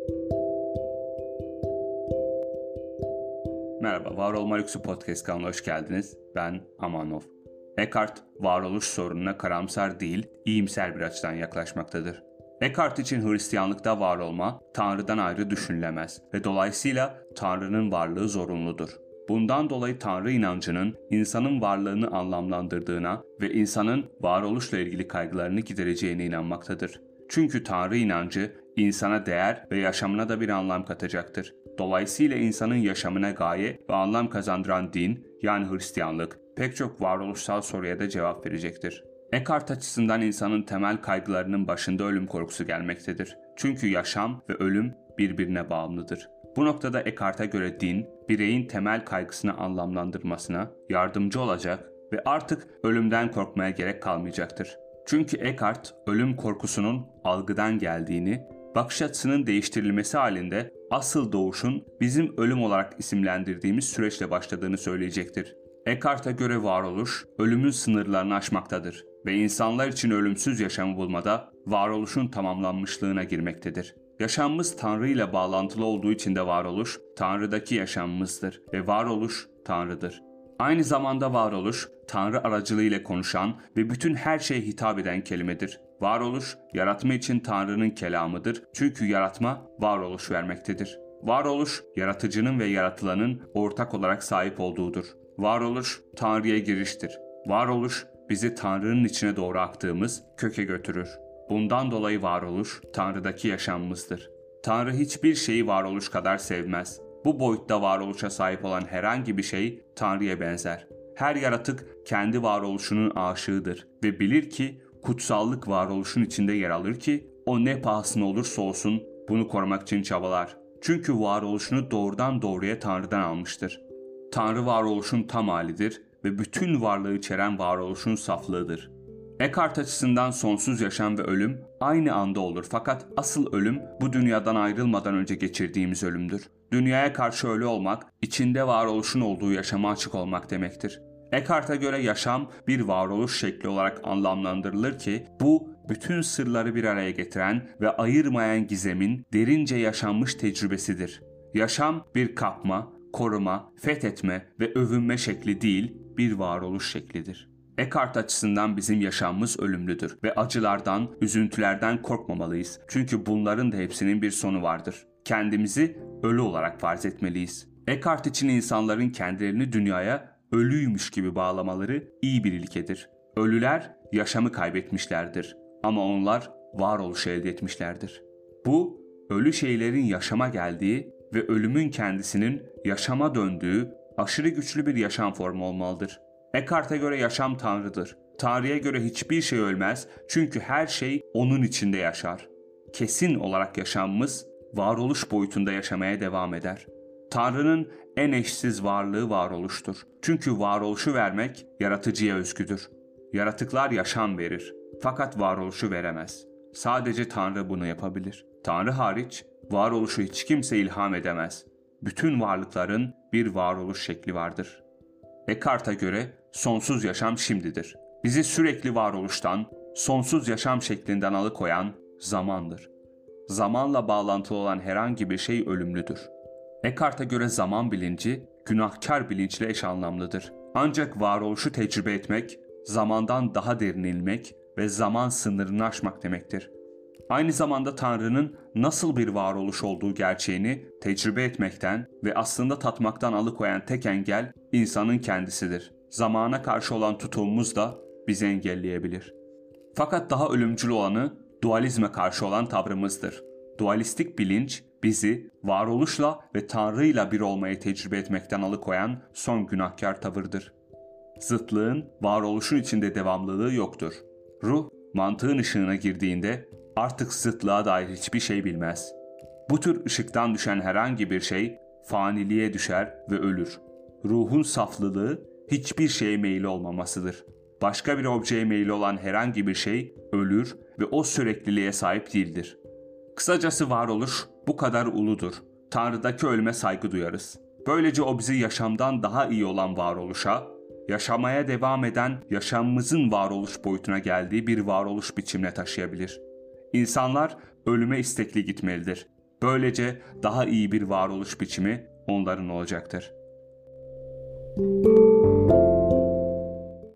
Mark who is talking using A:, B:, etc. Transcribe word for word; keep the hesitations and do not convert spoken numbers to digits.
A: Merhaba, Var Olma Lüksü Podcast kanalına hoş geldiniz. Ben Amanov. Eckhart, varoluş sorununa karamsar değil, iyimser bir açıdan yaklaşmaktadır. Eckhart için Hristiyanlıkta var olma, Tanrı'dan ayrı düşünülemez ve dolayısıyla Tanrı'nın varlığı zorunludur. Bundan dolayı Tanrı inancının insanın varlığını anlamlandırdığına ve insanın varoluşla ilgili kaygılarını gidereceğine inanmaktadır. Çünkü Tanrı inancı insana değer ve yaşamına da bir anlam katacaktır. Dolayısıyla insanın yaşamına gaye ve anlam kazandıran din, yani Hristiyanlık, pek çok varoluşsal soruya da cevap verecektir. Eckhart açısından insanın temel kaygılarının başında ölüm korkusu gelmektedir. Çünkü yaşam ve ölüm birbirine bağımlıdır. Bu noktada Eckhart'a göre din, bireyin temel kaygısını anlamlandırmasına yardımcı olacak ve artık ölümden korkmaya gerek kalmayacaktır. Çünkü Eckhart, ölüm korkusunun algıdan geldiğini, bakış açısının değiştirilmesi halinde asıl doğuşun bizim ölüm olarak isimlendirdiğimiz süreçle başladığını söyleyecektir. Eckhart'a göre varoluş, ölümün sınırlarını aşmaktadır ve insanlar için ölümsüz yaşamı bulmada varoluşun tamamlanmışlığına girmektedir. Yaşamımız Tanrı ile bağlantılı olduğu için de varoluş, Tanrı'daki yaşamımızdır ve varoluş Tanrı'dır. Aynı zamanda varoluş, Tanrı aracılığıyla konuşan ve bütün her şeye hitap eden kelimedir. Varoluş, yaratma için Tanrı'nın kelamıdır çünkü yaratma, varoluş vermektedir. Varoluş, yaratıcının ve yaratılanın ortak olarak sahip olduğudur. Varoluş, Tanrı'ya giriştir. Varoluş, bizi Tanrı'nın içine doğru aktığımız köke götürür. Bundan dolayı varoluş, Tanrı'daki yaşamımızdır. Tanrı hiçbir şeyi varoluş kadar sevmez. Bu boyutta varoluşa sahip olan herhangi bir şey Tanrı'ya benzer. Her yaratık kendi varoluşunun aşığıdır ve bilir ki kutsallık varoluşun içinde yer alır ki o ne pahasına olursa olsun bunu korumak için çabalar. Çünkü varoluşunu doğrudan doğruya Tanrı'dan almıştır. Tanrı varoluşun tam halidir ve bütün varlığı içeren varoluşun saflığıdır. Eckhart açısından sonsuz yaşam ve ölüm aynı anda olur fakat asıl ölüm bu dünyadan ayrılmadan önce geçirdiğimiz ölümdür. Dünyaya karşı ölü olmak, içinde varoluşun olduğu yaşama açık olmak demektir. Eckhart'a göre yaşam bir varoluş şekli olarak anlamlandırılır ki bu bütün sırları bir araya getiren ve ayırmayan gizemin derince yaşanmış tecrübesidir. Yaşam bir kapma, koruma, fethetme ve övünme şekli değil, bir varoluş şeklidir. Eckhart açısından bizim yaşamımız ölümlüdür ve acılardan, üzüntülerden korkmamalıyız. Çünkü bunların da hepsinin bir sonu vardır. Kendimizi ölü olarak farz etmeliyiz. Eckhart için insanların kendilerini dünyaya ölüymüş gibi bağlamaları iyi bir ilkedir. Ölüler yaşamı kaybetmişlerdir ama onlar varoluşu elde etmişlerdir. Bu, ölü şeylerin yaşama geldiği ve ölümün kendisinin yaşama döndüğü aşırı güçlü bir yaşam formu olmalıdır. Eckhart'a göre yaşam Tanrı'dır. Tanrı'ya göre hiçbir şey ölmez çünkü her şey onun içinde yaşar. Kesin olarak yaşamımız varoluş boyutunda yaşamaya devam eder. Tanrı'nın en eşsiz varlığı varoluştur. Çünkü varoluşu vermek yaratıcıya özgüdür. Yaratıklar yaşam verir fakat varoluşu veremez. Sadece Tanrı bunu yapabilir. Tanrı hariç varoluşu hiç kimse ilham edemez. Bütün varlıkların bir varoluş şekli vardır. Eckhart'a göre sonsuz yaşam şimdidir. Bizi sürekli varoluştan, sonsuz yaşam şeklinden alıkoyan zamandır. Zamanla bağlantılı olan herhangi bir şey ölümlüdür. Eckhart'a göre zaman bilinci, günahkar bilinçle eş anlamlıdır. Ancak varoluşu tecrübe etmek, zamandan daha derin inmek ve zaman sınırını aşmak demektir. Aynı zamanda Tanrı'nın nasıl bir varoluş olduğu gerçeğini tecrübe etmekten ve aslında tatmaktan alıkoyan tek engel insanın kendisidir. Zamana karşı olan tutumumuz da bizi engelleyebilir. Fakat daha ölümcül olanı dualizme karşı olan tavrımızdır. Dualistik bilinç bizi varoluşla ve Tanrı'yla bir olmayı tecrübe etmekten alıkoyan son günahkar tavırdır. Zıtlığın varoluşun içinde devamlılığı yoktur. Ruh, mantığın ışığına girdiğinde artık zıtlığa dair hiçbir şey bilmez. Bu tür ışıktan düşen herhangi bir şey faniliğe düşer ve ölür. Ruhun saflılığı hiçbir şeye meyilli olmamasıdır. Başka bir objeye meyilli olan herhangi bir şey ölür ve o sürekliliğe sahip değildir. Kısacası varoluş bu kadar uludur. Tanrı'daki ölüme saygı duyarız. Böylece o bizi yaşamdan daha iyi olan varoluşa, yaşamaya devam eden yaşamımızın varoluş boyutuna geldiği bir varoluş biçimine taşıyabilir. İnsanlar ölüme istekli gitmelidir. Böylece daha iyi bir varoluş biçimi onların olacaktır.